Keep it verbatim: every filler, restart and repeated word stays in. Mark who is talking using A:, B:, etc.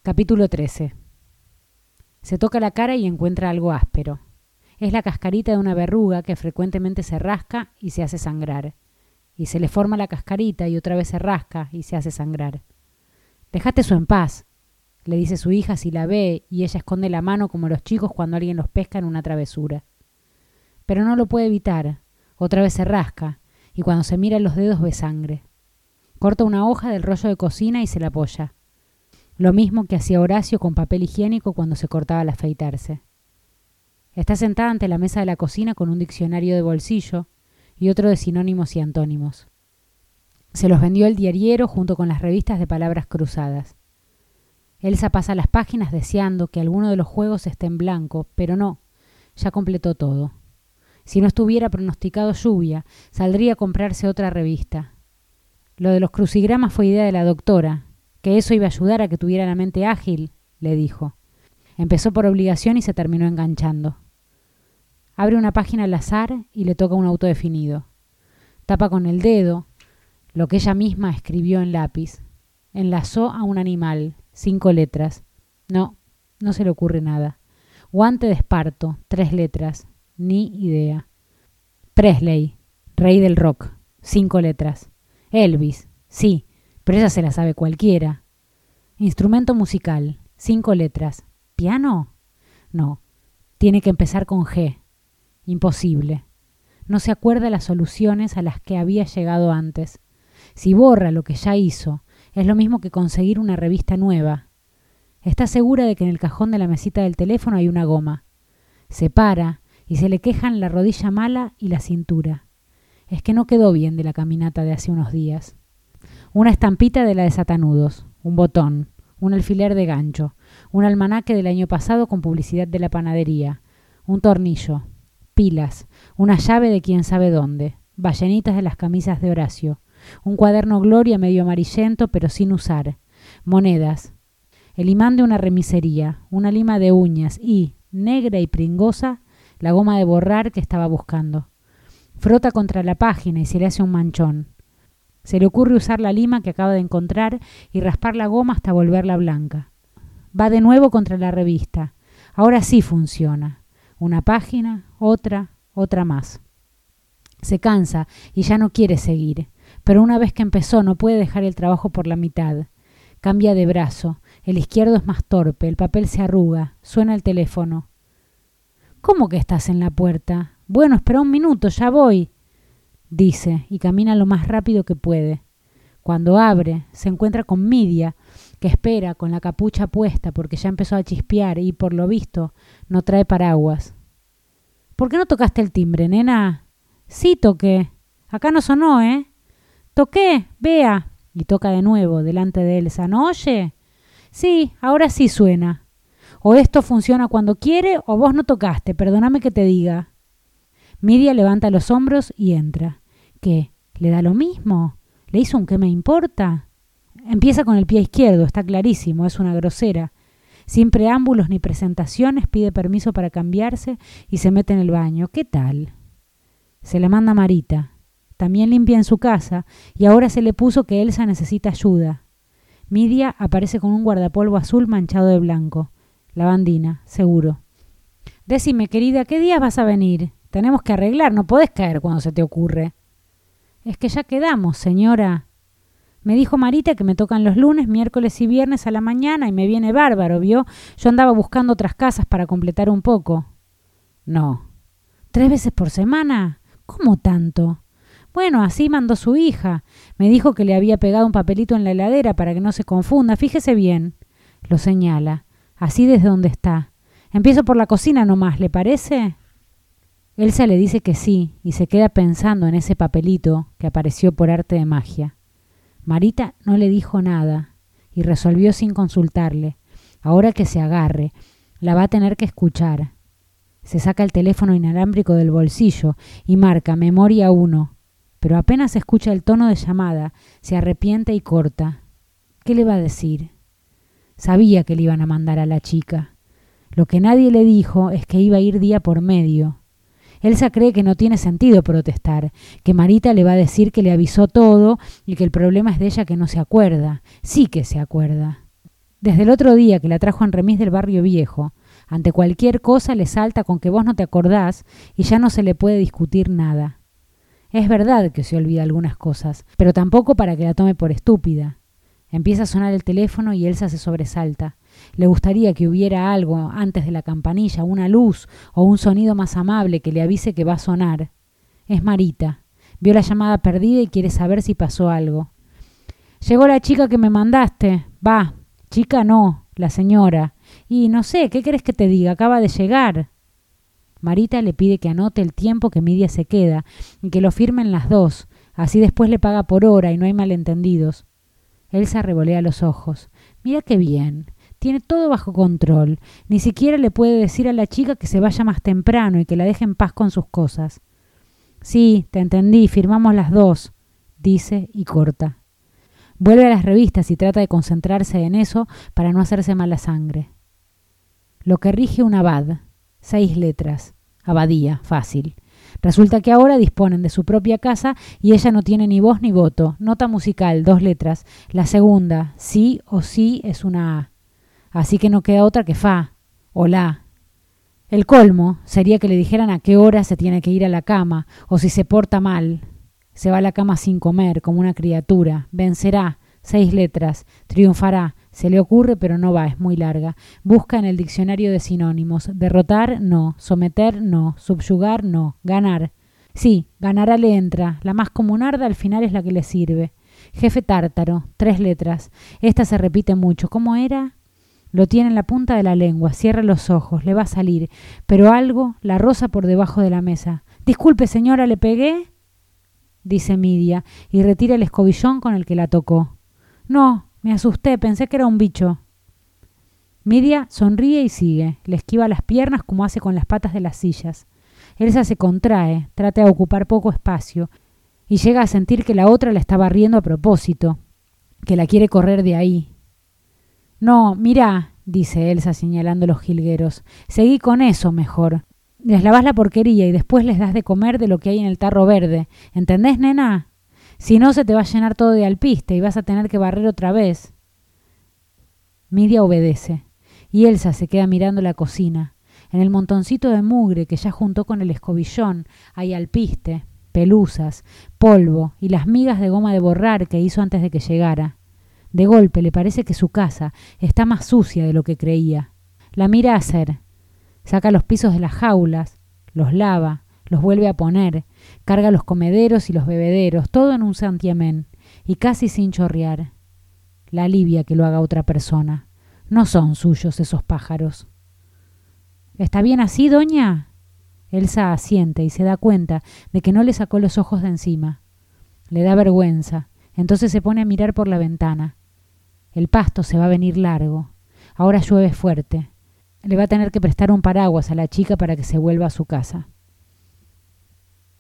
A: Capítulo trece. Se toca la cara y encuentra algo áspero. Es la cascarita de una verruga que frecuentemente se rasca y se hace sangrar. Y se le forma la cascarita y otra vez se rasca y se hace sangrar. «Dejate eso en paz», le dice su hija si la ve, y ella esconde la mano como los chicos cuando alguien los pesca en una travesura. Pero no lo puede evitar. Otra vez se rasca, y cuando se mira los dedos ve sangre. Corta una hoja del rollo de cocina y se la apoya. Lo mismo que hacía Horacio con papel higiénico cuando se cortaba al afeitarse. Está sentada ante la mesa de la cocina con un diccionario de bolsillo y otro de sinónimos y antónimos. Se los vendió el diariero junto con las revistas de palabras cruzadas. Elsa pasa las páginas deseando que alguno de los juegos esté en blanco, pero no, ya completó todo. Si no estuviera pronosticado lluvia, saldría a comprarse otra revista. Lo de los crucigramas fue idea de la doctora, que eso iba a ayudar a que tuviera la mente ágil, le dijo. Empezó por obligación y se terminó enganchando. Abre una página al azar y le toca un autodefinido. Tapa con el dedo lo que ella misma escribió en lápiz. Enlazó a un animal, cinco letras. No, no se le ocurre nada. Guante de esparto, tres letras. Ni idea. Presley, rey del rock, cinco letras. Elvis, sí, pero ella se la sabe cualquiera. Instrumento musical, cinco letras. ¿Piano? No, tiene que empezar con G. Imposible. No se acuerda las soluciones a las que había llegado antes. Si borra lo que ya hizo, es lo mismo que conseguir una revista nueva. Está segura de que en el cajón de la mesita del teléfono hay una goma. Se para y se le quejan la rodilla mala y la cintura. Es que no quedó bien de la caminata de hace unos días. Una estampita de la de Satanudos, un botón, un alfiler de gancho, un almanaque del año pasado con publicidad de la panadería, un tornillo, pilas, una llave de quién sabe dónde, ballenitas de las camisas de Horacio, un cuaderno Gloria medio amarillento pero sin usar, monedas, el imán de una remisería, una lima de uñas y, negra y pringosa, la goma de borrar que estaba buscando. Frota contra la página y se le hace un manchón. Se le ocurre usar la lima que acaba de encontrar y raspar la goma hasta volverla blanca. Va de nuevo contra la revista. Ahora sí funciona. Una página, otra, otra más. Se cansa y ya no quiere seguir, pero una vez que empezó no puede dejar el trabajo por la mitad. Cambia de brazo, el izquierdo es más torpe, el papel se arruga, suena el teléfono. ¿Cómo que estás en la puerta? Bueno, espera un minuto, ya voy, dice, y camina lo más rápido que puede. Cuando abre, se encuentra con Midia, que espera con la capucha puesta porque ya empezó a chispear y, por lo visto, no trae paraguas. ¿Por qué no tocaste el timbre, nena? Sí, toqué. Acá no sonó, ¿eh? Toqué, vea. Y toca de nuevo, delante de Elsa. ¿No oye? Sí, ahora sí suena. O esto funciona cuando quiere o vos no tocaste, perdóname que te diga. Midia levanta los hombros y entra. ¿Qué? ¿Le da lo mismo? ¿Le hizo un qué me importa? Empieza con el pie izquierdo, está clarísimo, es una grosera. Sin preámbulos ni presentaciones, pide permiso para cambiarse y se mete en el baño. ¿Qué tal? Se la manda Marita. También limpia en su casa y ahora se le puso que Elsa necesita ayuda. Midia aparece con un guardapolvo azul manchado de blanco. Lavandina, seguro. Decime, querida, ¿qué días vas a venir? Tenemos que arreglar, no podés caer cuando se te ocurre. Es que ya quedamos, señora. Me dijo Marita que me tocan los lunes, miércoles y viernes a la mañana y me viene bárbaro, ¿vio? Yo andaba buscando otras casas para completar un poco. No. ¿Tres veces por semana? ¿Cómo tanto? Bueno, así mandó su hija. Me dijo que le había pegado un papelito en la heladera para que no se confunda. Fíjese bien. Lo señala. Así desde donde está. Empiezo por la cocina nomás, ¿le parece? Elsa le dice que sí y se queda pensando en ese papelito que apareció por arte de magia. Marita no le dijo nada y resolvió sin consultarle. Ahora que se agarre, la va a tener que escuchar. Se saca el teléfono inalámbrico del bolsillo y marca memoria uno, pero apenas escucha el tono de llamada, se arrepiente y corta. ¿Qué le va a decir? Sabía que le iban a mandar a la chica. Lo que nadie le dijo es que iba a ir día por medio. Elsa cree que no tiene sentido protestar, que Marita le va a decir que le avisó todo y que el problema es de ella que no se acuerda. Sí que se acuerda. Desde el otro día que la trajo en remis del barrio viejo, ante cualquier cosa le salta con que vos no te acordás y ya no se le puede discutir nada. Es verdad que se olvida algunas cosas, pero tampoco para que la tome por estúpida. Empieza a sonar el teléfono y Elsa se sobresalta. Le gustaría que hubiera algo antes de la campanilla, una luz o un sonido más amable que le avise que va a sonar. Es Marita. Vio la llamada perdida y quiere saber si pasó algo. Llegó la chica que me mandaste. Va, chica no, la señora. Y no sé, ¿qué querés que te diga? Acaba de llegar. Marita le pide que anote el tiempo que Midia se queda y que lo firmen las dos. Así después le paga por hora y no hay malentendidos. Elsa revolea los ojos. Mira qué bien. Tiene todo bajo control. Ni siquiera le puede decir a la chica que se vaya más temprano y que la deje en paz con sus cosas. Sí, te entendí, firmamos las dos, dice y corta. Vuelve a las revistas y trata de concentrarse en eso para no hacerse mala sangre. Lo que rige un abad. Seis letras. Abadía, fácil. Resulta que ahora disponen de su propia casa y ella no tiene ni voz ni voto. Nota musical, dos letras. La segunda, sí o sí, es una A. Así que no queda otra que fa o la. El colmo sería que le dijeran a qué hora se tiene que ir a la cama o si se porta mal. Se va a la cama sin comer, como una criatura. Vencerá, seis letras. Triunfará. Se le ocurre, pero no va, es muy larga. Busca en el diccionario de sinónimos. Derrotar, no. Someter, no. Subyugar, no. Ganar. Sí, ganará le entra. La más comunarda al final es la que le sirve. Jefe tártaro, tres letras. Esta se repite mucho. ¿Cómo era? Lo tiene en la punta de la lengua. Cierra los ojos. Le va a salir. Pero algo la roza por debajo de la mesa. Disculpe, señora, ¿le pegué? Dice Midia y retira el escobillón con el que la tocó. No. Me asusté, pensé que era un bicho. Midia sonríe y sigue. Le esquiva las piernas como hace con las patas de las sillas. Elsa se contrae, trata de ocupar poco espacio y llega a sentir que la otra la está barriendo a propósito, que la quiere correr de ahí. No, mirá, dice Elsa señalando los jilgueros. Seguí con eso mejor. Les lavás la porquería y después les das de comer de lo que hay en el tarro verde. ¿Entendés, nena? Si no, se te va a llenar todo de alpiste y vas a tener que barrer otra vez. Midia obedece y Elsa se queda mirando la cocina. En el montoncito de mugre que ya juntó con el escobillón hay alpiste, pelusas, polvo y las migas de goma de borrar que hizo antes de que llegara. De golpe le parece que su casa está más sucia de lo que creía. La mira hacer. Saca los pisos de las jaulas, los lava, los vuelve a poner, carga los comederos y los bebederos, todo en un santiamén, y casi sin chorrear. La alivia que lo haga otra persona. No son suyos esos pájaros. ¿Está bien así, doña? Elsa asiente y se da cuenta de que no le sacó los ojos de encima. Le da vergüenza, entonces se pone a mirar por la ventana. El pasto se va a venir largo. Ahora llueve fuerte. Le va a tener que prestar un paraguas a la chica para que se vuelva a su casa.